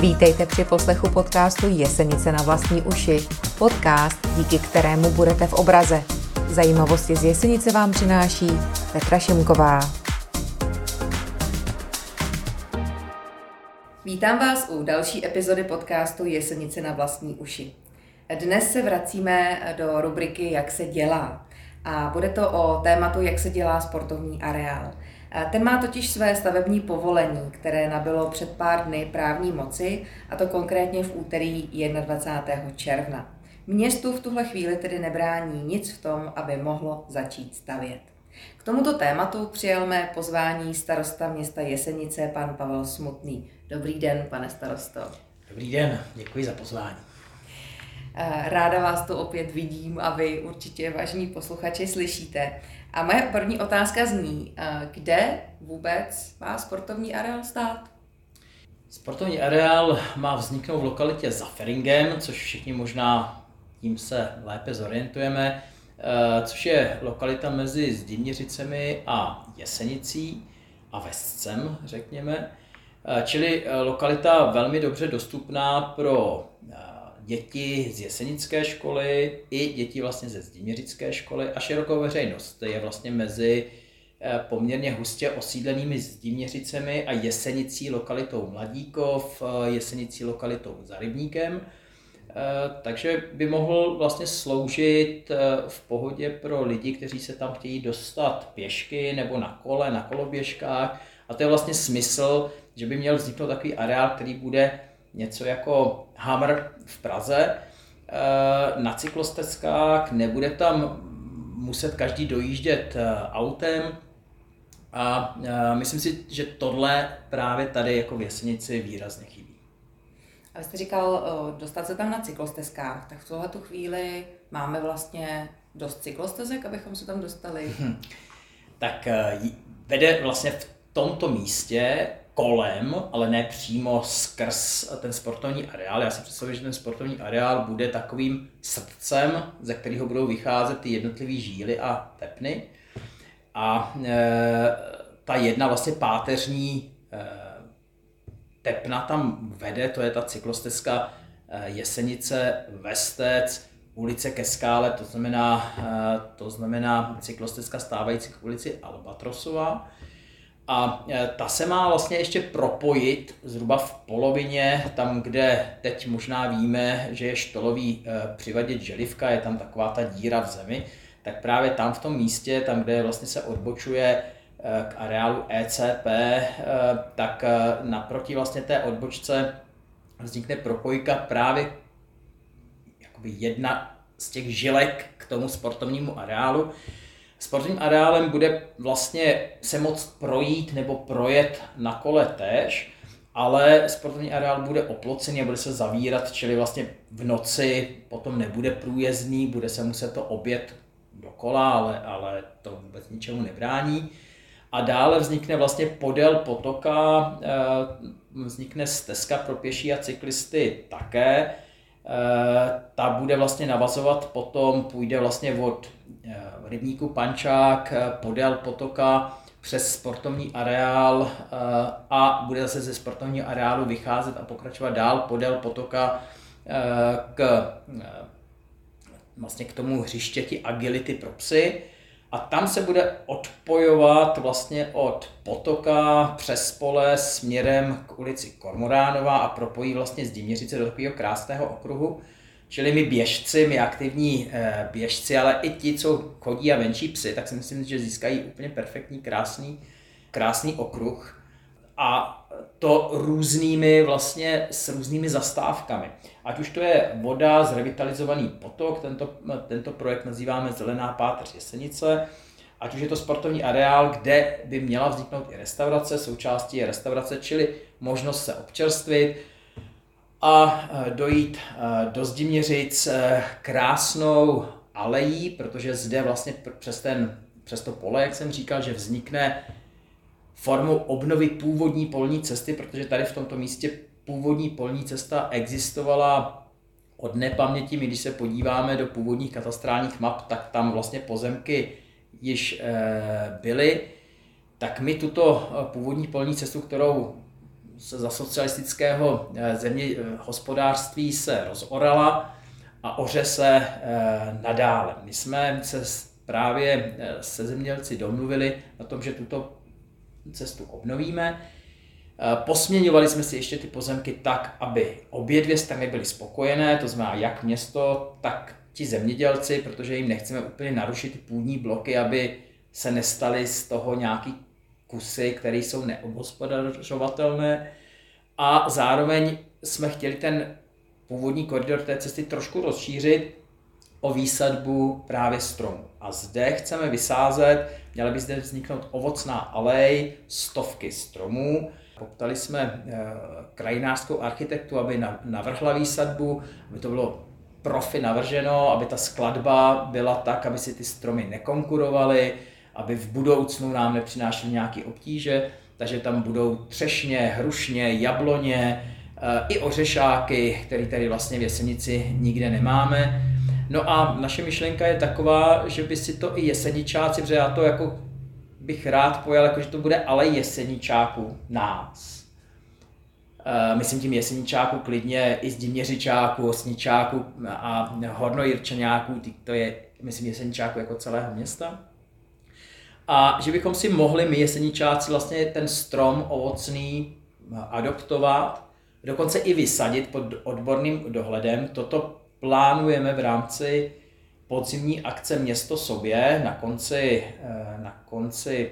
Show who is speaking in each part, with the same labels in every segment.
Speaker 1: Vítejte při poslechu podcastu Jesenice na vlastní uši. Podcast, díky kterému budete v obraze. Zajímavosti z Jesenice vám přináší Petra Šimková. Vítám vás u další epizody podcastu Jesenice na vlastní uši. Dnes se vracíme do rubriky Jak se dělá. A bude to o tématu, jak se dělá sportovní areál. Ten má totiž své stavební povolení, které nabylo před pár dny právní moci, a to konkrétně v úterý 21. června. Městu v tuhle chvíli tedy nebrání nic v tom, aby mohlo začít stavět. K tomuto tématu přijal mé pozvání starosta města Jesenice, pan Pavel Smutný. Dobrý den, pane starosto.
Speaker 2: Dobrý den, děkuji za pozvání.
Speaker 1: Ráda vás tu opět vidím a vy určitě, vážení posluchači, slyšíte. A moje první otázka zní, kde vůbec má sportovní areál stát?
Speaker 2: Sportovní areál má vzniknout v lokalitě za Feringem, což všichni možná tím se lépe zorientujeme, což je lokalita mezi Zdiměřicemi a Jesenicí a Vescem, řekněme. Čili lokalita velmi dobře dostupná pro děti z jesenické školy i děti vlastně ze Zdiměřické školy a širokou veřejnost. Je vlastně mezi poměrně hustě osídlenými Zdiměřicemi a Jesenicí lokalitou Mladíkov, Jesenicí lokalitou za Rybníkem. Takže by mohl vlastně sloužit v pohodě pro lidi, kteří se tam chtějí dostat pěšky nebo na kole, na koloběžkách. A to je vlastně smysl, že by měl vzniknout takový areál, který bude něco jako Hamr v Praze na cyklostezkách, nebude tam muset každý dojíždět autem a myslím si, že tohle právě tady jako v Jesenici výrazně chybí.
Speaker 1: A vy jste říkal dostat se tam na cyklostezkách, tak v tuhletu chvíli máme vlastně dost cyklostezek, abychom se tam dostali?
Speaker 2: Tak vede vlastně v tomto místě kolem, ale ne přímo skrz ten sportovní areál. Já si představuji, že ten sportovní areál bude takovým srdcem, ze kterého budou vycházet ty jednotlivé žíly a tepny. A ta jedna vlastně páteřní tepna tam vede, to je ta cyklostezka Jesenice, Vestec, ulice ke Skále, to znamená cyklostezka stávající k ulici Albatrosová. A ta se má vlastně ještě propojit zhruba v polovině, tam, kde teď možná víme, že je štolový přivaděč Želivka, je tam taková ta díra v zemi, tak právě tam v tom místě, tam, kde vlastně se odbočuje k areálu ECP, tak naproti vlastně té odbočce vznikne propojka právě jakoby jedna z těch žilek k tomu sportovnímu areálu. Sportovním areálem bude vlastně se moct projít nebo projet na kole též, ale sportovní areál bude oplocený a bude se zavírat, čili vlastně v noci potom nebude průjezdný, bude se muset to objet dokola, ale to vůbec ničemu nebrání. A dále vznikne vlastně podél potoka, vznikne stezka pro pěší a cyklisty také. Ta bude vlastně navazovat potom, půjde vlastně od rybníku Pančák podél potoka přes sportovní areál a bude zase ze sportovního areálu vycházet a pokračovat dál podél potoka vlastně k tomu hřištěti agility pro psy. A tam se bude odpojovat vlastně od potoka přes pole směrem k ulici Kormoránová a propojí vlastně Zdiměřice do takového krásného okruhu. Čili my běžci, my aktivní běžci, ale i ti, co chodí a venčí psy, tak si myslím, že získají úplně perfektní, krásný okruh. A to různými s různými zastávkami. Ať už to je voda, zrevitalizovaný potok, tento projekt nazýváme Zelená páteř Jesenice, ať už je to sportovní areál, kde by měla vzniknout i restaurace, součástí je restaurace, čili možnost se občerstvit a dojít do Zdiměřic krásnou alejí, protože zde vlastně přes to pole, jak jsem říkal, že vznikne formou obnovy původní polní cesty, protože tady v tomto místě původní polní cesta existovala od nepaměti. My když se podíváme do původních katastrálních map, tak tam vlastně pozemky již byly. Tak my tuto původní polní cestu, kterou za socialistického hospodářství se rozorala a oře se nadále. My jsme se právě se zemědělci domluvili na tom, že tuto cestu obnovíme. Posměňovali jsme si ještě ty pozemky tak, aby obě dvě strany byly spokojené, to znamená jak město, tak ti zemědělci, protože jim nechceme úplně narušit ty půdní bloky, aby se nestaly z toho nějaký kusy, které jsou neobhospodařovatelné. A zároveň jsme chtěli ten původní koridor té cesty trošku rozšířit o výsadbu právě stromů. A zde chceme vysázet, měla by zde vzniknout ovocná alej, stovky stromů. Poptali jsme krajinářskou architektu, aby navrhla výsadbu, aby to bylo profi navrženo, aby ta skladba byla tak, aby si ty stromy nekonkurovaly, aby v budoucnu nám nepřinášely nějaké obtíže, takže tam budou třešně, hrušně, jabloně, i ořešáky, které tady vlastně v Jesenici nikde nemáme. No a naše myšlenka je taková, že by si to i jeseničáci, protože já to jako bych rád pojal, jako že to bude alej jeseničáků nás. Myslím tím jeseničáků klidně i z Diměřičáků, Osničáků a Hornojirčaňáků, to je, myslím, jeseničáků jako celého města. A že bychom si mohli my jeseničáci vlastně ten strom ovocný adoptovat, dokonce i vysadit pod odborným dohledem. Toto plánujeme v rámci podzimní akce Město sobě na konci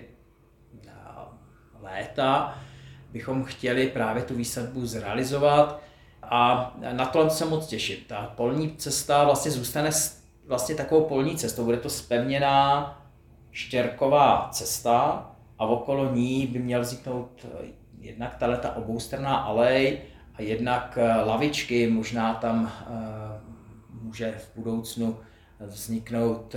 Speaker 2: léta. Bychom chtěli právě tu výsadbu zrealizovat a na to se moc těším. Ta polní cesta vlastně zůstane vlastně takovou polní cestou. Bude to zpevněná štěrková cesta a okolo ní by měl vzniknout jednak ta oboustranná alej a jednak lavičky, možná tam může v budoucnu vzniknout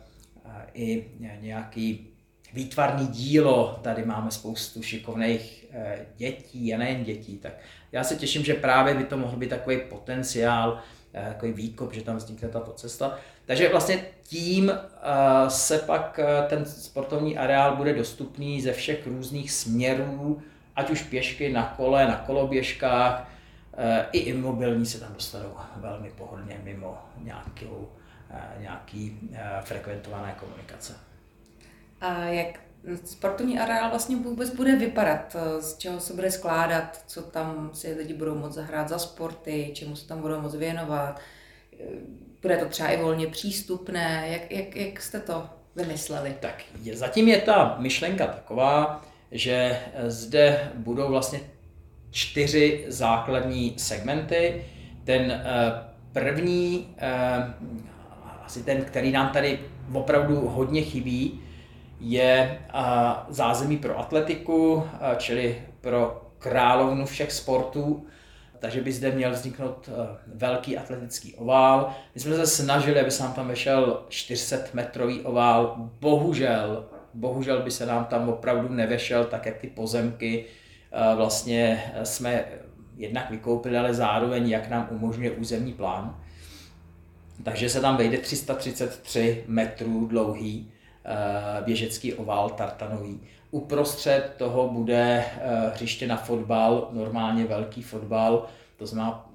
Speaker 2: i nějaký výtvarný dílo. Tady máme spoustu šikovných dětí a nejen dětí. Tak já se těším, že právě by to mohl být takový potenciál, takový výkop, že tam vznikne tato cesta. Takže vlastně tím se pak ten sportovní areál bude dostupný ze všech různých směrů, ať už pěšky, na kole, na koloběžkách, i imobilní se tam dostanou velmi pohodlně mimo nějaký frekventované komunikace.
Speaker 1: A jak sportovní areál vlastně vůbec bude vypadat? Z čeho se bude skládat? Co tam si lidi budou moct zahrát za sporty? Čemu se tam budou moct věnovat? Bude to třeba i volně přístupné? Jak jste to vymysleli?
Speaker 2: Tak zatím je ta myšlenka taková, že zde budou vlastně 4 základní segmenty. Ten první, asi ten, který nám tady opravdu hodně chybí, je zázemí pro atletiku, čili pro královnu všech sportů. Takže by zde měl vzniknout velký atletický ovál. My jsme se snažili, aby se nám tam vešel 400-metrový ovál. Bohužel by se nám tam opravdu nevešel, tak jak ty pozemky vlastně jsme jednak vykoupili, ale zároveň jak nám umožňuje územní plán. Takže se tam vejde 333 metrů dlouhý běžecký ovál tartanový. Uprostřed toho bude hřiště na fotbal, normálně velký fotbal, to znamená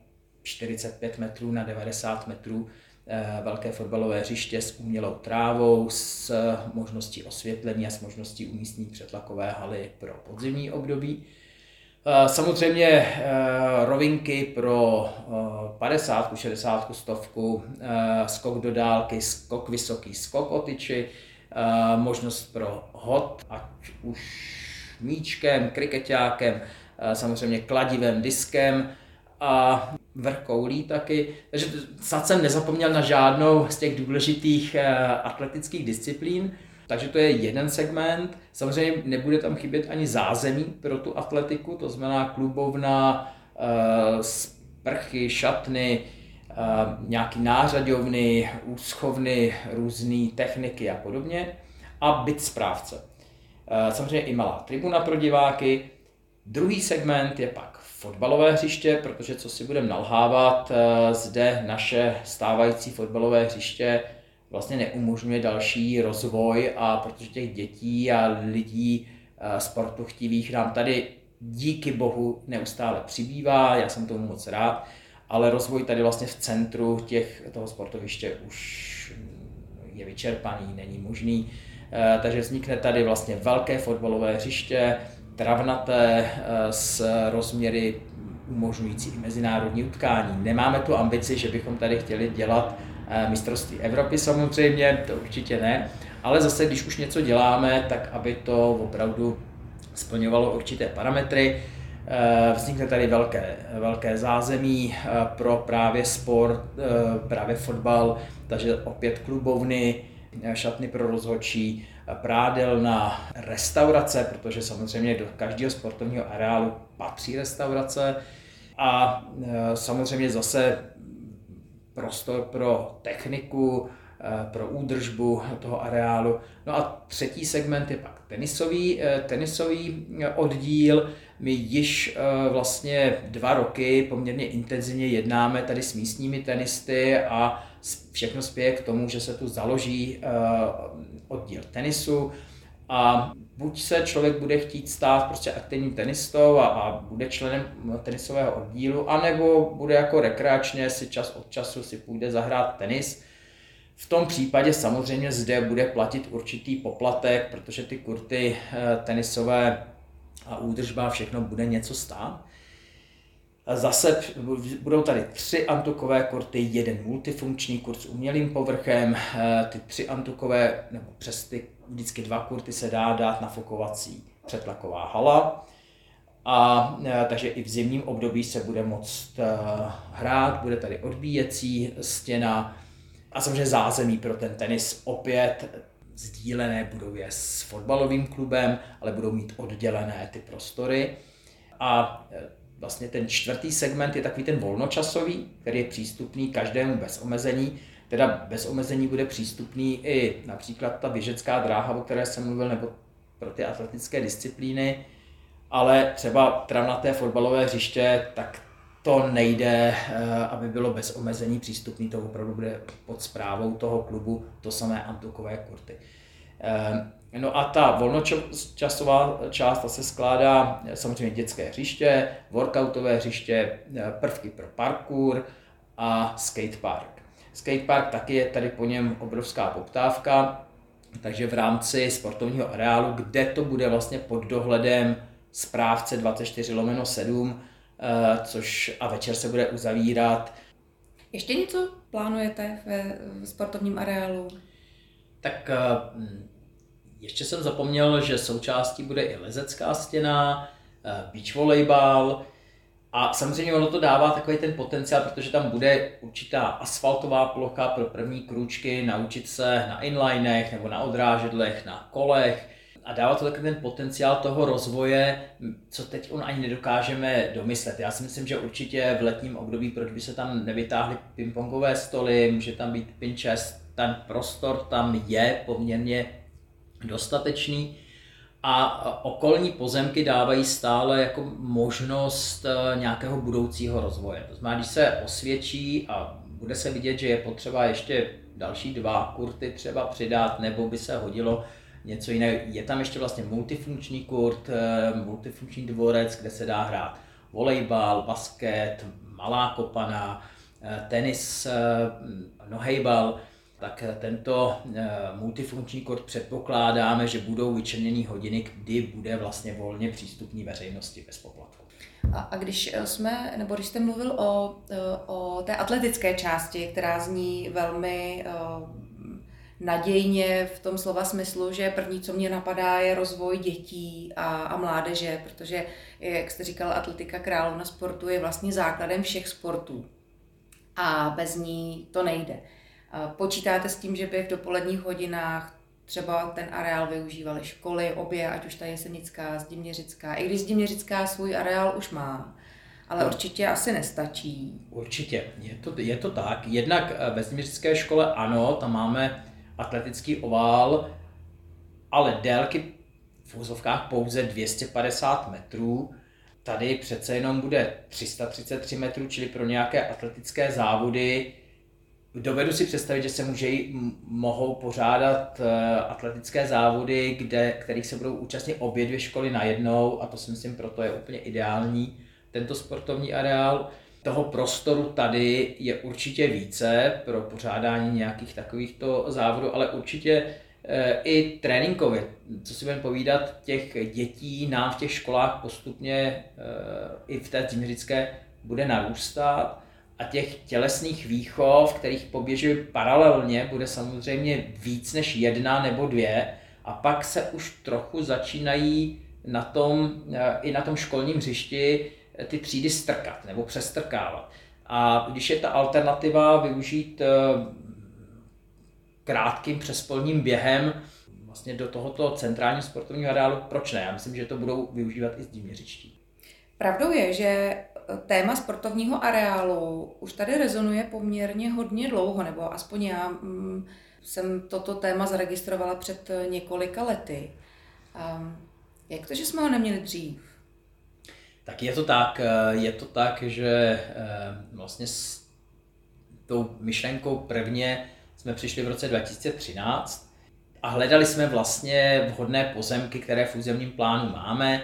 Speaker 2: 45 metrů na 90 metrů velké fotbalové hřiště s umělou trávou, s možností osvětlení a s možností umístění přetlakové haly pro podzimní období. Samozřejmě rovinky pro 50, 60, 100, skok do dálky, skok vysoký, skok o tyči, možnost pro hod, ať už míčkem, krikeťákem, samozřejmě kladivem, diskem a vrch koulí taky. Takže snad jsem nezapomněl na žádnou z těch důležitých atletických disciplín. Takže to je jeden segment. Samozřejmě nebude tam chybět ani zázemí pro tu atletiku, to znamená klubovna, sprchy, šatny, nějaký nářadovny, úschovny, různé techniky a podobně. A byt správce. Samozřejmě i malá tribuna pro diváky. Druhý segment je pak fotbalové hřiště, protože co si budeme nalhávat, zde naše stávající fotbalové hřiště vlastně neumožňuje další rozvoj a protože těch dětí a lidí sportu chtivých nám tady díky bohu neustále přibývá, já jsem tomu moc rád, ale rozvoj tady vlastně v centru toho sportoviště už je vyčerpaný, není možný. Takže vznikne tady vlastně velké fotbalové hřiště, travnaté s rozměry umožňující i mezinárodní utkání. Nemáme tu ambici, že bychom tady chtěli dělat mistrovství Evropy samozřejmě, to určitě ne, ale zase, když už něco děláme, tak aby to opravdu splňovalo určité parametry. Vznikne tady velké zázemí pro právě sport, právě fotbal, takže opět klubovny, šatny pro rozhodčí, prádelna, restaurace, protože samozřejmě do každého sportovního areálu patří restaurace a samozřejmě zase prostor pro techniku, pro údržbu toho areálu. No a třetí segment je pak tenisový oddíl. My již vlastně 2 roky poměrně intenzivně jednáme tady s místními tenisty a všechno spěje k tomu, že se tu založí oddíl tenisu a buď se člověk bude chtít stát prostě aktivním tenistou a bude členem tenisového oddílu, anebo bude jako rekreačně si čas od času si půjde zahrát tenis. V tom případě samozřejmě zde bude platit určitý poplatek, protože ty kurty tenisové a údržba všechno bude něco stát. Zase budou tady 3 antukové kurty, 1 multifunkční kurt s umělým povrchem, ty 3 antukové, nebo přes ty vždycky 2 kurty se dá dát nafukovací přetlaková hala. Takže i v zimním období se bude moct hrát, bude tady odbíjecí stěna a samozřejmě zázemí pro ten tenis opět sdílené budou je s fotbalovým klubem, ale budou mít oddělené ty prostory. A vlastně ten 4. segment je takový ten volnočasový, který je přístupný každému bez omezení. Teda bez omezení bude přístupný i například ta běžecká dráha, o které jsem mluvil, nebo pro ty atletické disciplíny, ale třeba travnaté fotbalové hřiště, tak to nejde, aby bylo bez omezení přístupný, to opravdu bude pod správou toho klubu, to samé antukové kurty. No a ta volnočasová část se skládá samozřejmě dětské hřiště, workoutové hřiště, prvky pro parkour a skatepark. Skatepark taky je tady po něm obrovská poptávka, takže v rámci sportovního areálu, kde to bude vlastně pod dohledem správce 24/7, a večer se bude uzavírat.
Speaker 1: Ještě něco plánujete v sportovním areálu?
Speaker 2: Tak ještě jsem zapomněl, že součástí bude i lezecká stěna, beach volejbal a samozřejmě ono to dává takový ten potenciál, protože tam bude určitá asfaltová plocha pro první krůčky, naučit se na inlinech nebo na odrážedlech, na kolech a dává to takový ten potenciál toho rozvoje, co teď ani nedokážeme domyslet. Já si myslím, že určitě v letním období, proč by se tam nevytáhly pingpongové stoly, může tam být pinchest, ten prostor tam je poměrně dostatečný a okolní pozemky dávají stále jako možnost nějakého budoucího rozvoje. To znamená, když se osvědčí a bude se vidět, že je potřeba ještě další 2 kurty třeba přidat, nebo by se hodilo něco jiného. Je tam ještě vlastně multifunkční kurt, multifunkční dvorec, kde se dá hrát volejbal, basket, malá kopana, tenis, nohejbal. Tak tento multifunkční kurt předpokládáme, že budou vyčleněny hodiny, kdy bude vlastně volně přístupný veřejnosti bez poplatku.
Speaker 1: A když jste mluvil o té atletické části, která zní velmi nadějně v tom slova smyslu, že první, co mě napadá, je rozvoj dětí a mládeže, protože, jak jste říkal, atletika královna sportu je vlastně základem všech sportů a bez ní to nejde. Počítáte s tím, že by v dopoledních hodinách třeba ten areál využívaly školy, obě, ať už ta Jesenická, Zdiměřická, i když Zdiměřická svůj areál už má, ale určitě asi nestačí.
Speaker 2: Určitě, je to tak. Jednak ve Zdiměřické škole ano, tam máme atletický ovál, ale délky v úzovkách pouze 250 metrů. Tady přece jenom bude 333 metrů, čili pro nějaké atletické závody Dovedu si představit, že se mohou pořádat atletické závody, kterých se budou účastnit obě dvě školy najednou, a to si myslím, proto je úplně ideální tento sportovní areál. Toho prostoru tady je určitě více pro pořádání nějakých takovýchto závodů, ale určitě i tréninkově, co si budeme povídat, těch dětí nám v těch školách postupně i v té cimřické bude narůstat a těch tělesných výchov, kterých poběžují paralelně, bude samozřejmě víc než 1 nebo 2 a pak se už trochu začínají i na tom školním hřišti ty třídy strkat nebo přestrkávat. A když je ta alternativa využít krátkým přespolním během vlastně do tohoto centrálního sportovního areálu, proč ne? Já myslím, že to budou využívat i zdíměřičtí.
Speaker 1: Pravdou je, že téma sportovního areálu už tady rezonuje poměrně hodně dlouho, nebo aspoň já jsem toto téma zaregistrovala před několika lety. Jak to, že jsme ho neměli dřív?
Speaker 2: Tak je to tak, že vlastně s tou myšlenkou prvně jsme přišli v roce 2013 a hledali jsme vlastně vhodné pozemky, které v územním plánu máme.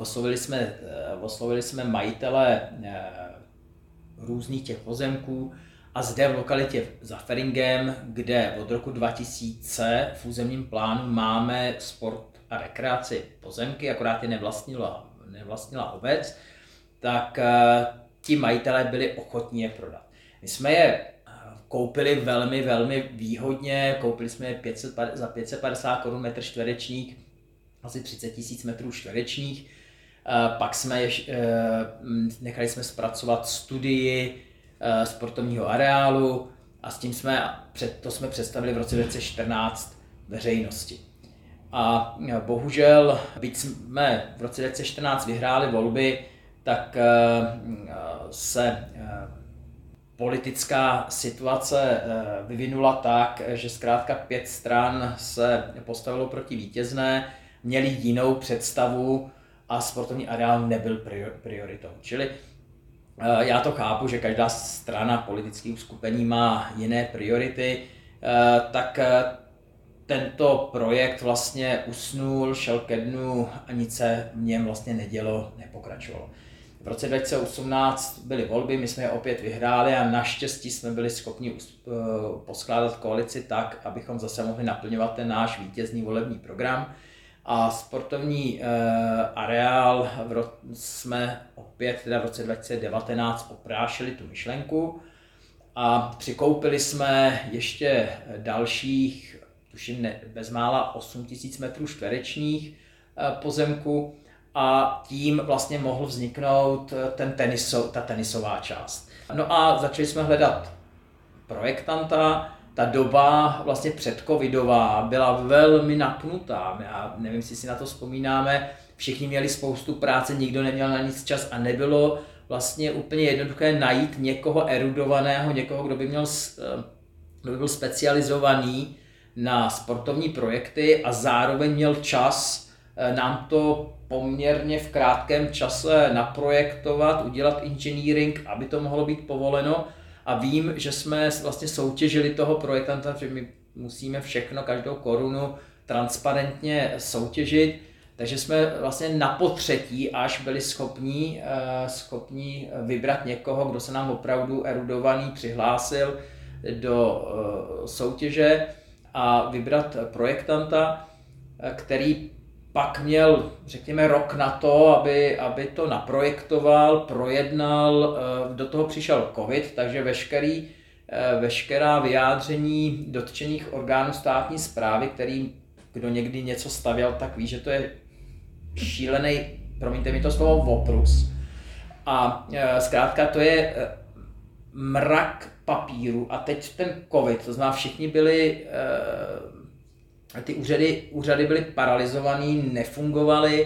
Speaker 2: Oslovili jsme majitele různých těch pozemků a zde v lokalitě za Feringem, kde od roku 2000 v územním plánu máme sport a rekreaci pozemky, akorát je nevlastnila obec, tak ti majitelé byli ochotní je prodat. My jsme je koupili velmi, velmi výhodně, koupili jsme je za 550 Kč metr čtverečník, asi 30 000 metrů čtverečních. Pak jsme nechali jsme zpracovat studii sportovního areálu a s tím jsme představili v roce 2014 veřejnosti. A bohužel, byť jsme v roce 2014 vyhráli volby, tak se politická situace vyvinula tak, že zkrátka 5 stran se postavilo proti vítězné, měli jinou představu a sportovní areál nebyl prioritou. Čili já to chápu, že každá strana politických uskupení má jiné priority, tak tento projekt vlastně usnul, šel ke dnu a nic se v něm vlastně nedělo, nepokračovalo. V roce 2018 byly volby, my jsme je opět vyhráli a naštěstí jsme byli schopni poskládat koalici tak, abychom zase mohli naplňovat ten náš vítězný volební program. A sportovní areál jsme opět v roce 2019 oprášili tu myšlenku a přikoupili jsme ještě dalších, tuším bezmála 8 000 metrů čtverečních pozemku a tím vlastně mohl vzniknout ta tenisová část. No a začali jsme hledat projektanta. Ta doba vlastně předcovidová byla velmi napnutá. Já nevím, jestli si na to vzpomínáme, všichni měli spoustu práce, nikdo neměl na nic čas a nebylo vlastně úplně jednoduché najít někoho erudovaného, někoho, kdo by byl specializovaný na sportovní projekty a zároveň měl čas nám to poměrně v krátkém čase naprojektovat, udělat engineering, aby to mohlo být povoleno. A vím, že jsme vlastně soutěžili toho projektanta, že my musíme všechno, každou korunu transparentně soutěžit, takže jsme vlastně na potřetí až byli schopní vybrat někoho, kdo se nám opravdu erudovaný přihlásil do soutěže a vybrat projektanta, který pak měl, řekněme, rok na to, aby to naprojektoval, projednal, do toho přišel covid, takže veškerá vyjádření dotčených orgánů státní správy, který kdo někdy něco stavěl, tak ví, že to je šílený, promiňte mi to slovo, oprus. A zkrátka to je mrak papíru a teď ten covid, to znamená všichni byli, ty úřady byly paralizovaný, nefungovaly,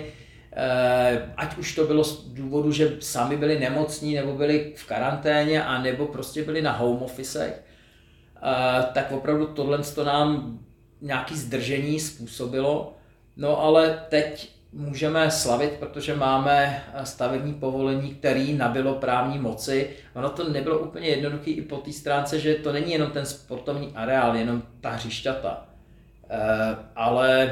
Speaker 2: ať už to bylo z důvodu, že sami byli nemocní, nebo byli v karanténě, a nebo prostě byli na home officech, tak opravdu tohle nám nějaké zdržení způsobilo. No ale teď můžeme slavit, protože máme stavební povolení, který nabylo právní moci. Ono to nebylo úplně jednoduché i po té stránce, že to není jenom ten sportovní areál, jenom ta hřišťata, ale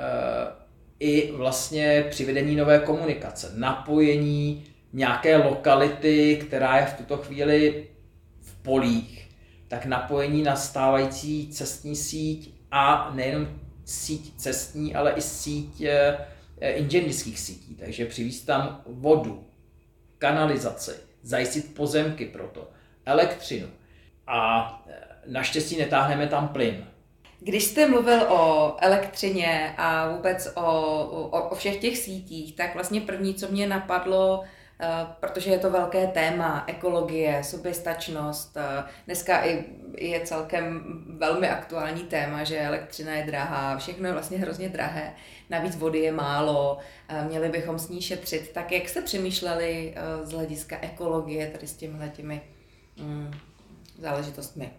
Speaker 2: i vlastně přivedení nové komunikace, napojení nějaké lokality, která je v tuto chvíli v polích, tak napojení na stávající cestní síť a nejenom síť cestní, ale i síť inženýrských sítí. Takže přivést tam vodu, kanalizaci, zajistit pozemky pro to, elektřinu a naštěstí netáhneme tam plyn.
Speaker 1: Když jste mluvil o elektřině a vůbec o všech těch sítích, tak vlastně první, co mě napadlo, protože je to velké téma, ekologie, soběstačnost, dneska je celkem velmi aktuální téma, že elektřina je drahá, všechno je vlastně hrozně drahé, navíc vody je málo, měli bychom s ní šetřit. Tak jak jste přemýšleli z hlediska ekologie tady s těmi záležitostmi?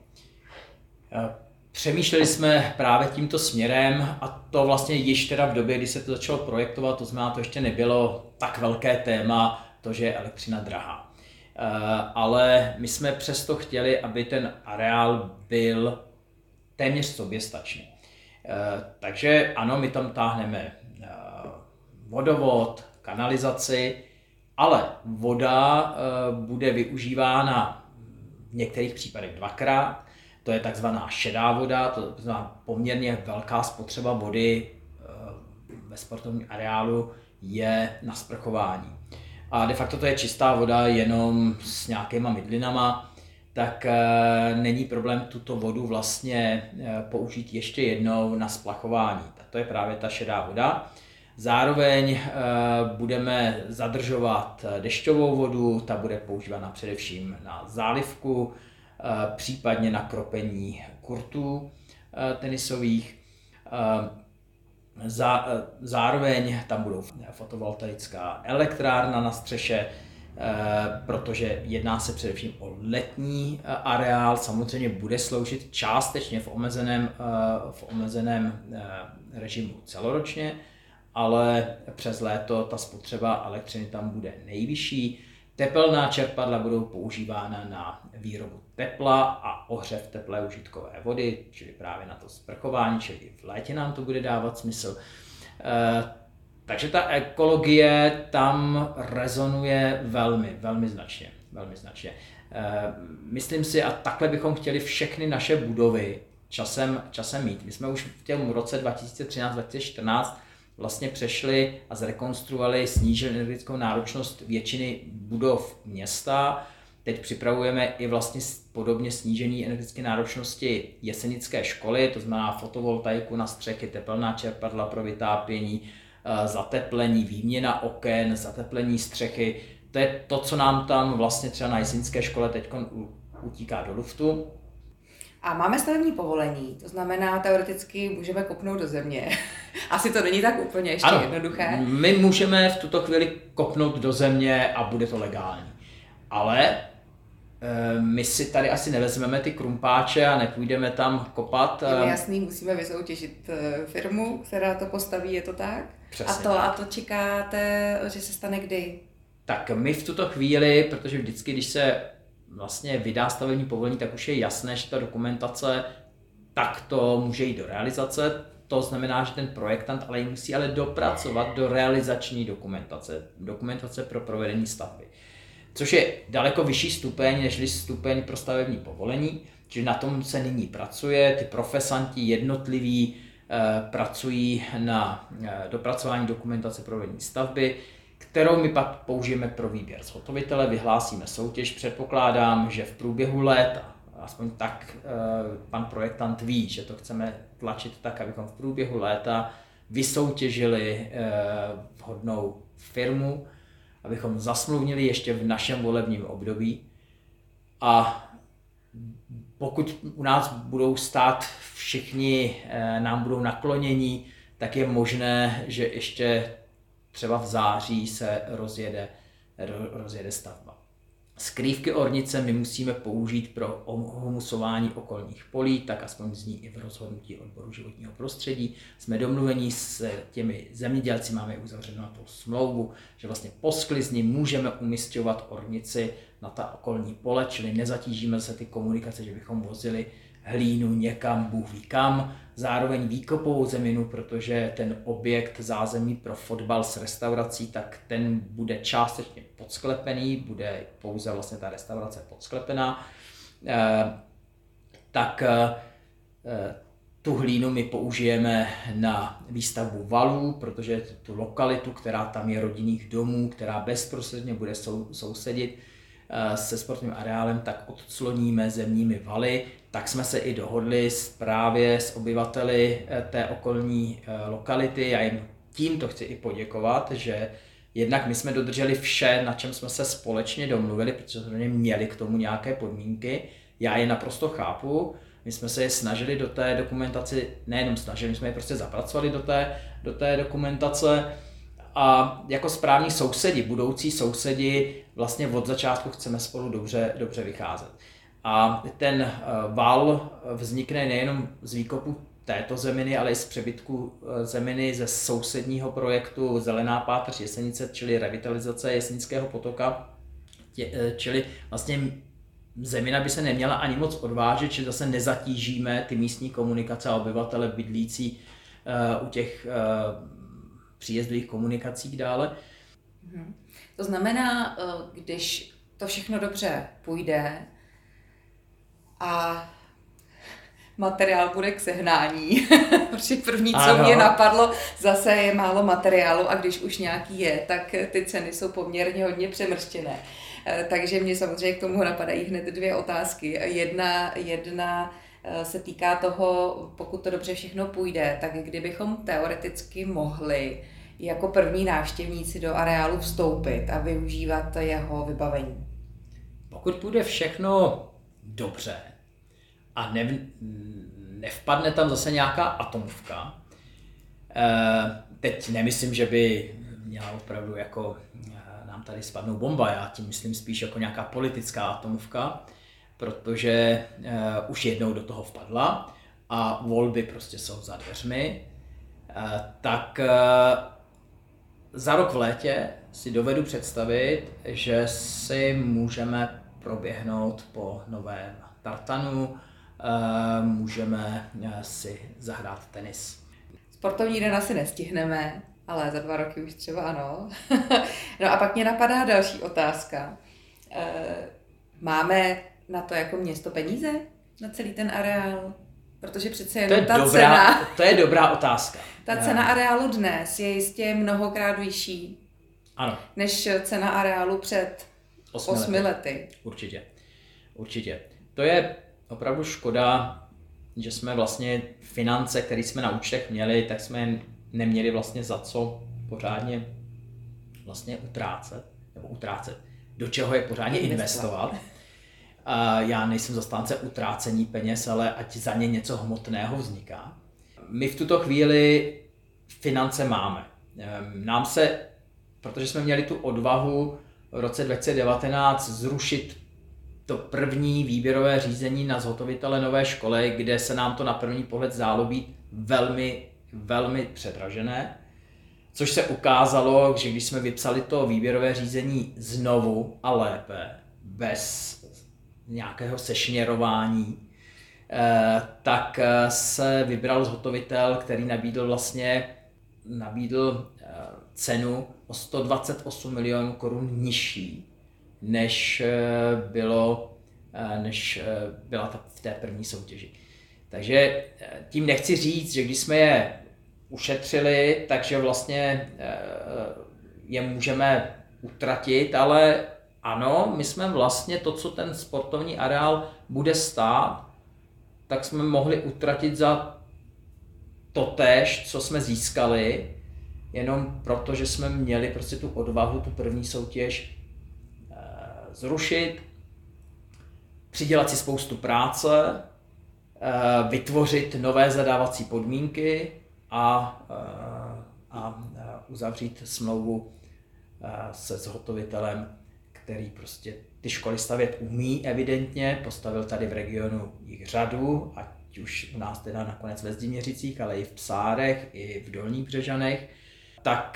Speaker 2: Přemýšleli jsme právě tímto směrem a to vlastně již teda v době, kdy se to začalo projektovat, to znamená, to ještě nebylo tak velké téma, to, že je elektřina drahá. Ale my jsme přesto chtěli, aby ten areál byl téměř soběstačný. Takže ano, my tam táhneme vodovod, kanalizaci, ale voda bude využívána v některých případech dvakrát. To je takzvaná šedá voda, to znamená poměrně velká spotřeba vody ve sportovním areálu je na sprchování. A de facto to je čistá voda jenom s nějakýma mydlinama, tak není problém tuto vodu vlastně použít ještě jednou na splachování. Tak to je právě ta šedá voda. Zároveň budeme zadržovat dešťovou vodu, ta bude používána především na zálivku, případně na kropení kurtů tenisových. Zároveň tam budou fotovoltaická elektrárna na střeše, protože jedná se především o letní areál, samozřejmě bude sloužit částečně v omezeném režimu celoročně, ale přes léto ta spotřeba elektřiny tam bude nejvyšší. Tepelná čerpadla budou používána na výrobu tepla a ohřev teplé užitkové vody, čili právě na to sprchování, čili v létě nám to bude dávat smysl. Takže ta ekologie tam rezonuje velmi značně. Myslím si, a takhle bychom chtěli všechny naše budovy časem mít. My jsme už v tom roce 2013-2014 vlastně přešli a zrekonstruovali, snížili energetickou náročnost většiny budov města. Teď připravujeme i vlastně podobně snížení energetické náročnosti Jesenické školy, to znamená fotovoltaiku na střechy, tepelná čerpadla pro vytápění, zateplení, výměna oken, zateplení střechy. To je to, co nám tam vlastně třeba na Jesenické škole teď utíká do luftu.
Speaker 1: A máme stavební povolení, to znamená, teoreticky můžeme kopnout do země. Asi to není tak úplně ještě jednoduché.
Speaker 2: My můžeme v tuto chvíli kopnout do země a bude to legální. Ale my si tady asi nevezmeme ty krumpáče a nepůjdeme tam kopat.
Speaker 1: Je jasný, musíme vysoutěžit firmu, která to postaví, je to tak?
Speaker 2: Přesně.
Speaker 1: A to čekáte, že se stane kdy?
Speaker 2: Tak my v tuto chvíli, protože vždycky, když se vlastně vydá stavební povolení, tak už je jasné, že ta dokumentace takto může jít do realizace. To znamená, že ten projektant ale ji musí dopracovat do realizační dokumentace pro provedení stavby. Což je daleko vyšší stupeň, než stupeň pro stavební povolení, čili na tom se nyní pracuje, ty profesanti jednotliví pracují na dopracování dokumentace provedení stavby, kterou my pak použijeme pro výběr zhotovitele, vyhlásíme soutěž, předpokládám, že v průběhu léta, aspoň tak pan projektant ví, že to chceme tlačit tak, abychom v průběhu léta vysoutěžili vhodnou firmu, abychom zasmluvnili ještě v našem volebním období a pokud u nás budou stát všichni, nám budou naklonění, tak je možné, že ještě třeba v září se rozjede stavba. Skrývky ornice my musíme použít pro humusování okolních polí, tak aspoň zní i v rozhodnutí odboru životního prostředí. Jsme domluveni s těmi zemědělci, máme uzavřenou na tu smlouvu, že vlastně po sklizni můžeme umisťovat ornici na ta okolní pole, čili nezatížíme se ty komunikace, že bychom vozili hlínu někam, Bůh ví kam. Zároveň výkopovou zeminu, protože ten objekt zázemí pro fotbal s restaurací, tak ten bude částečně podsklepený, bude pouze vlastně ta restaurace podsklepená. Tu hlínu my použijeme na výstavbu valů, protože tu lokalitu, která tam je rodinných domů, která bezprostředně bude sousedit se sportovním areálem, tak odcloníme zemními valy. Tak jsme se i dohodli právě s obyvateli té okolní lokality. Já jim tímto chci i poděkovat, že jednak my jsme dodrželi vše, na čem jsme se společně domluvili, protože jsme měli k tomu nějaké podmínky. Já je naprosto chápu. My jsme se je snažili do té dokumentace, nejenom snažili, my jsme je prostě zapracovali do té dokumentace. A jako správní sousedi, budoucí sousedi, vlastně od začátku chceme spolu dobře vycházet. A ten val vznikne nejenom z výkopu této zeminy, ale i z přebytku zeminy ze sousedního projektu Zelená páteř Jesenice, čili revitalizace Jesenického potoka. Čili vlastně zemina by se neměla ani moc odvážet, že zase nezatížíme ty místní komunikace a obyvatele bydlící u těch příjezdových komunikací dále.
Speaker 1: To znamená, když to všechno dobře půjde a materiál bude k sehnání, protože první, co mě napadlo, zase je málo materiálu a když už nějaký je, tak ty ceny jsou poměrně hodně přemrštěné. Takže mě samozřejmě k tomu napadají hned dvě otázky. Jedna se týká toho, pokud to dobře všechno půjde, tak kdybychom teoreticky mohli jako první návštěvníci do areálu vstoupit a využívat jeho vybavení.
Speaker 2: Pokud půjde všechno dobře a nevpadne tam zase nějaká atomovka, teď nemyslím, že by měla opravdu jako nám tady spadnou bomba, já tím myslím spíš jako nějaká politická atomovka, protože už jednou do toho vpadla a volby prostě jsou za dveřmi, tak za rok v létě si dovedu představit, že si můžeme proběhnout po novém tartanu, můžeme si zahrát tenis.
Speaker 1: Sportovní den asi nestihneme, ale za 2 roky už třeba ano. No a pak mě napadá další otázka. Máme na to jako město peníze? Na celý ten areál? Protože přece jenom cena...
Speaker 2: To je dobrá otázka.
Speaker 1: Ta cena areálu dnes je jistě mnohokrát vyšší,
Speaker 2: ano,
Speaker 1: než cena areálu před 8 lety.
Speaker 2: Určitě. To je opravdu škoda, že jsme vlastně finance, které jsme na účtech měli, tak jsme neměli vlastně za co pořádně vlastně utrácet. Do čeho je pořádně investovat. Já nejsem zastánce utrácení peněz, ale ať za ně něco hmotného vzniká. My v tuto chvíli finance máme. Nám se, protože jsme měli tu odvahu v roce 2019 zrušit to první výběrové řízení na zhotovitele nové školy, kde se nám to na první pohled zdálo být velmi, velmi předražené. Což se ukázalo, že když jsme vypsali to výběrové řízení znovu a lépe, bez nějakého sešněrování, tak se vybral zhotovitel, který nabídl cenu o 128 milionů korun nižší, než byla v té první soutěži. Takže tím nechci říct, že když jsme je ušetřili, takže vlastně je můžeme utratit, ale ano, my jsme vlastně to, co ten sportovní areál bude stát, tak jsme mohli utratit za totéž, co jsme získali, jenom proto, že jsme měli prostě tu odvahu, tu první soutěž zrušit, přidělat si spoustu práce, vytvořit nové zadávací podmínky a uzavřít smlouvu se zhotovitelem, který prostě ty školy stavět umí evidentně, postavil tady v regionu jich řadu, ať už u nás teda nakonec ve Zdimořicích, ale i v Psárech, i v Dolních Břežanech, tak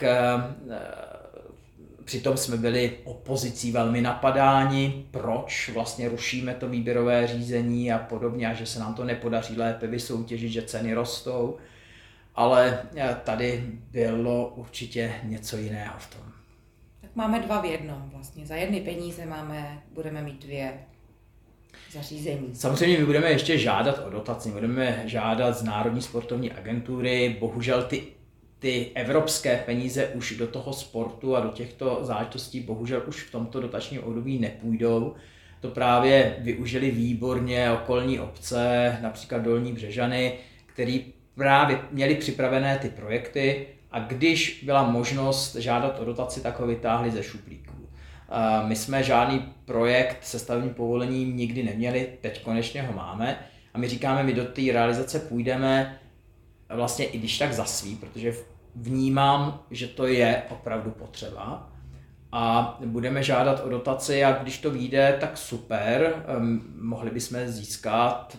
Speaker 2: přitom jsme byli opozicí velmi napadáni, proč vlastně rušíme to výběrové řízení a podobně, a že se nám to nepodaří lépe vysoutěžit, že ceny rostou. Ale tady bylo určitě něco jiného v tom.
Speaker 1: Tak máme 2 v jednom vlastně. Za jedny peníze budeme mít 2 zařízení.
Speaker 2: Samozřejmě my budeme ještě žádat o dotaci, budeme žádat z Národní sportovní agentury. Bohužel ty evropské peníze už do toho sportu a do těchto záležitostí bohužel už v tomto dotačním období nepůjdou. To právě využili výborně okolní obce, například Dolní Břežany, který právě měli připravené ty projekty a když byla možnost žádat o dotaci, tak ho vytáhli ze šuplíků. My jsme žádný projekt se stavebním povolením nikdy neměli, teď konečně ho máme a my říkáme, my do té realizace půjdeme vlastně i když tak za svý, protože vnímám, že to je opravdu potřeba a budeme žádat o dotaci a když to vyjde, tak super, mohli bychom získat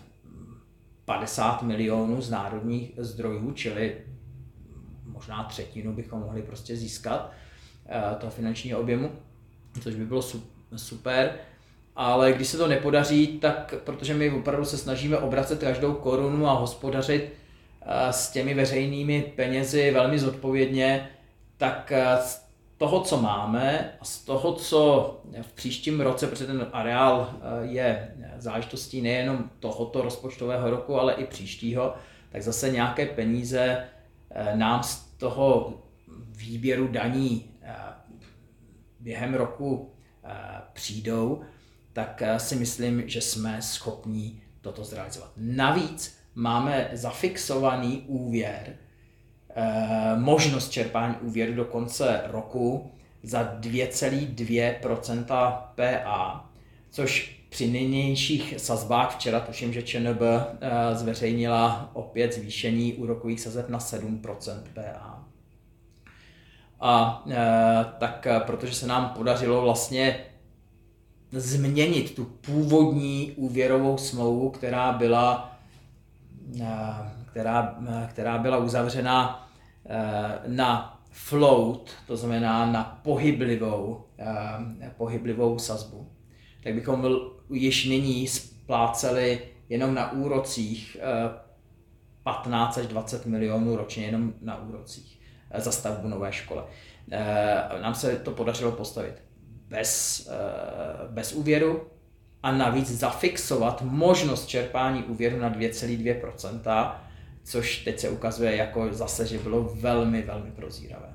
Speaker 2: 50 milionů z národních zdrojů, čili možná 1/3 bychom mohli prostě získat toho finančního objemu, což by bylo super. Ale když se to nepodaří, tak protože my opravdu se snažíme obracet každou korunu a hospodařit s těmi veřejnými penězi velmi zodpovědně, tak z toho, co máme a z toho, co v příštím roce, protože ten areál je záležitostí nejenom tohoto rozpočtového roku, ale i příštího, tak zase nějaké peníze nám z toho výběru daní během roku přijdou, tak si myslím, že jsme schopni toto zrealizovat. Navíc máme zafixovaný úvěr, možnost čerpání úvěru do konce roku za 2,2% PA, což při nynějších sazbách, včera tuším, že ČNB zveřejnila opět zvýšení úrokových sazeb na 7% PA. A tak protože se nám podařilo vlastně změnit tu původní úvěrovou smlouvu, která byla uzavřena na float, to znamená na pohyblivou sazbu, tak bychom již nyní spláceli jenom na úrocích 15 až 20 milionů ročně, jenom na úrocích za stavbu nové školy. Nám se to podařilo postavit bez úvěru a navíc zafixovat možnost čerpání úvěru na 2,2%, což teď se ukazuje jako zase, že bylo velmi, velmi prozíravé.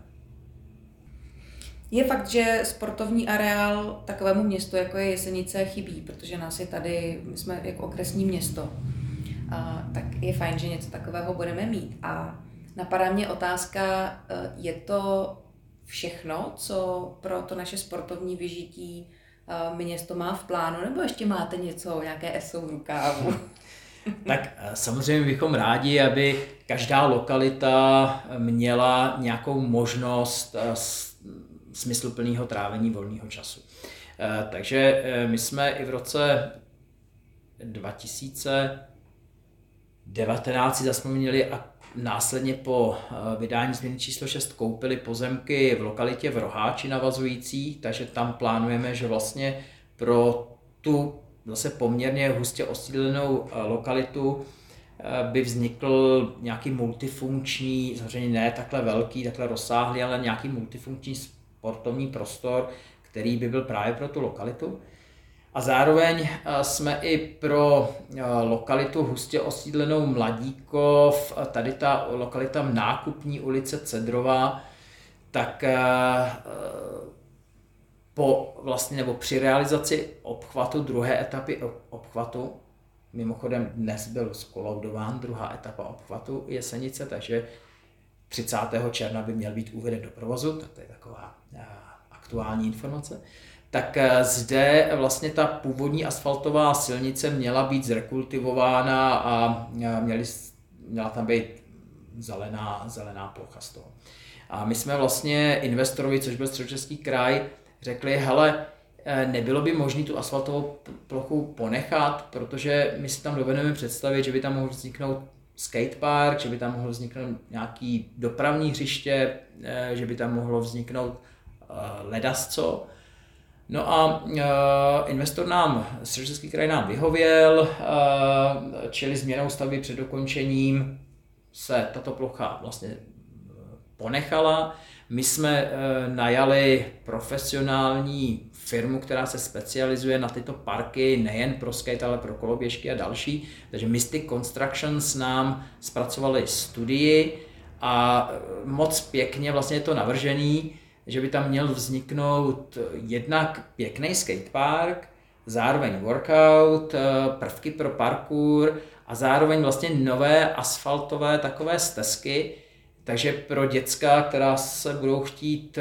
Speaker 1: Je fakt, že sportovní areál takovému městu, jako je Jesenice, chybí, protože nás je tady, my jsme jako okresní město, tak je fajn, že něco takového budeme mít. A napadá mě otázka, je to všechno, co pro to naše sportovní vyžití město má v plánu, nebo ještě máte něco, nějaké ESO v rukávu?
Speaker 2: Tak samozřejmě bychom rádi, aby každá lokalita měla nějakou možnost smysluplného trávení volného času. Takže my jsme i v roce 2019 zase měli a následně po vydání změny číslo 6 koupili pozemky v lokalitě v Roháči navazující, takže tam plánujeme, že vlastně pro tu zase poměrně hustě osídlenou lokalitu by vznikl nějaký multifunkční, samozřejmě ne takhle velký, takhle rozsáhlý, ale nějaký multifunkční sportovní prostor, který by byl právě pro tu lokalitu. A zároveň jsme i pro lokalitu hustě osídlenou Mladíkov, tady ta lokalita Nákupní ulice Cedrová, tak při realizaci obchvatu, druhé etapy obchvatu, mimochodem dnes byl skolaudován druhá etapa obchvatu Jesenice, takže 30. června by měl být uveden do provozu, tak to je taková aktuální informace. Tak zde vlastně ta původní asfaltová silnice měla být zrekultivována a měla tam být zelená plocha z toho. A my jsme vlastně investorovi, což byl Středočeský kraj, řekli, hele, nebylo by možné tu asfaltovou plochu ponechat, protože my si tam dovedeme představit, že by tam mohl vzniknout skatepark, že by tam mohlo vzniknout nějaký dopravní hřiště, že by tam mohlo vzniknout ledasco. No a investor nám, Středočeský kraj nám vyhověl, čili změnou stavby před dokončením se tato plocha vlastně ponechala. My jsme najali profesionální firmu, která se specializuje na tyto parky, nejen pro skate, ale pro koloběžky a další. Takže Mystic Constructions nám zpracovali studii a moc pěkně vlastně je to navržený, že by tam měl vzniknout jednak pěkný skatepark, zároveň workout, prvky pro parkour a zároveň vlastně nové asfaltové takové stezky. Takže pro děcka, která se budou chtít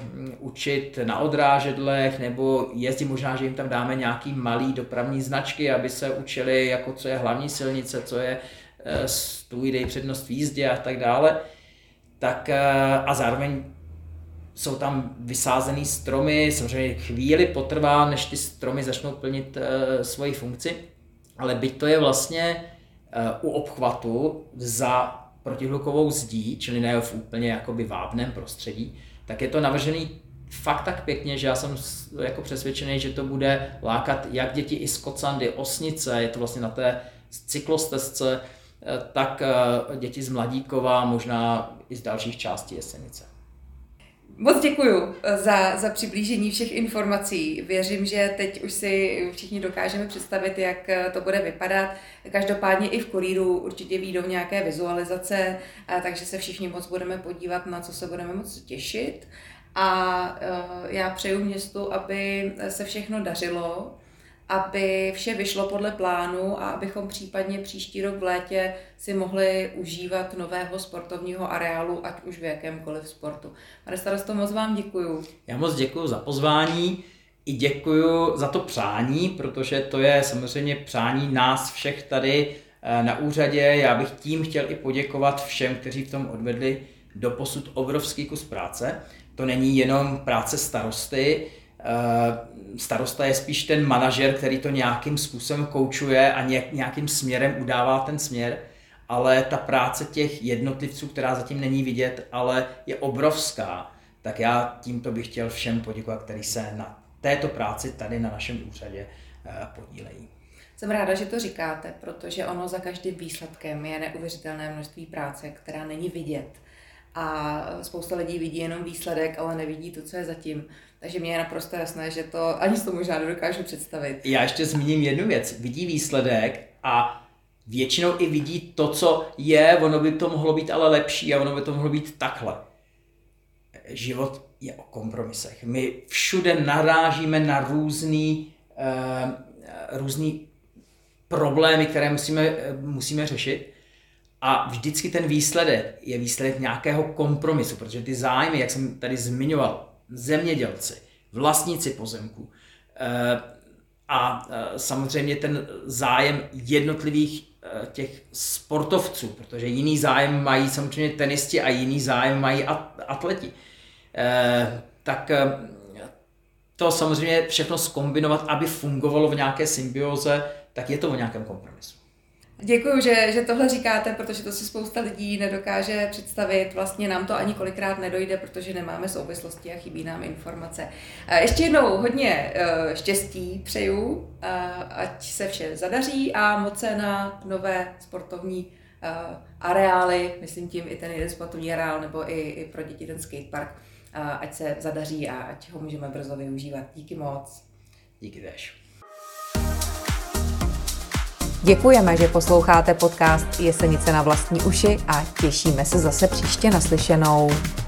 Speaker 2: učit na odrážedlech nebo jezdit, možná, že jim tam dáme nějaký malý dopravní značky, aby se učili, jako co je hlavní silnice, co je stůj, dej přednost v jízdě a tak dále. Tak a zároveň jsou tam vysázený stromy, samozřejmě chvíli potrvá, než ty stromy začnou plnit svoji funkci, ale byť to je vlastně u obchvatu za protihlukovou zdí, čili ne v úplně jakoby vábném prostředí, tak je to navržený fakt tak pěkně, že já jsem jako přesvědčený, že to bude lákat jak děti i z Kocandy, Osnice, je to vlastně na té cyklostezce, tak děti z Mladíkova, možná i z dalších částí Jesenice.
Speaker 1: Moc děkuju za přiblížení všech informací. Věřím, že teď už si všichni dokážeme představit, jak to bude vypadat. Každopádně i v kurýru určitě vyjdou nějaké vizualizace, takže se všichni moc budeme podívat, na co se budeme moc těšit. A já přeju městu, aby se všechno dařilo, aby vše vyšlo podle plánu a abychom případně příští rok v létě si mohli užívat nového sportovního areálu, ať už v jakémkoliv sportu. Pane starosto, moc vám děkuju.
Speaker 2: Já moc děkuju za pozvání i děkuju za to přání, protože to je samozřejmě přání nás všech tady na úřadě. Já bych tím chtěl i poděkovat všem, kteří v tom odvedli doposud obrovský kus práce. To není jenom práce starosty. Starosta je spíš ten manažer, který to nějakým způsobem koučuje a nějakým směrem udává ten směr, ale ta práce těch jednotlivců, která zatím není vidět, ale je obrovská, tak já tímto bych chtěl všem poděkovat, kteří se na této práci tady na našem úřadě podílejí.
Speaker 1: Jsem ráda, že to říkáte, protože ono za každým výsledkem je neuvěřitelné množství práce, která není vidět. A spousta lidí vidí jenom výsledek, ale nevidí to, co je zatím. Takže mně je naprosto jasné, že to ani si to možná nedokážu představit.
Speaker 2: Já ještě zmíním jednu věc. Vidí výsledek a většinou i vidí to, co je, ono by to mohlo být ale lepší a ono by to mohlo být takhle. Život je o kompromisech. My všude narážíme na různý problémy, které musíme řešit. A vždycky ten výsledek je výsledek nějakého kompromisu, protože ty zájmy, jak jsem tady zmiňoval, zemědělci, vlastníci pozemků a samozřejmě ten zájem jednotlivých těch sportovců, protože jiný zájem mají samozřejmě tenisti a jiný zájem mají atleti. Tak to samozřejmě všechno zkombinovat, aby fungovalo v nějaké symbioze, tak je to o nějakém kompromisu.
Speaker 1: Děkuju, že tohle říkáte, protože to si spousta lidí nedokáže představit. Vlastně nám to ani kolikrát nedojde, protože nemáme souvislosti a chybí nám informace. Ještě jednou hodně štěstí přeju, ať se vše zadaří a moc se na nové sportovní areály, myslím tím i ten jeden sportovní areál nebo i pro děti ten skatepark, ať se zadaří a ať ho můžeme brzo využívat. Díky moc.
Speaker 2: Díky též.
Speaker 1: Děkujeme, že posloucháte podcast Jesenice na vlastní uši a těšíme se zase příště naslyšenou.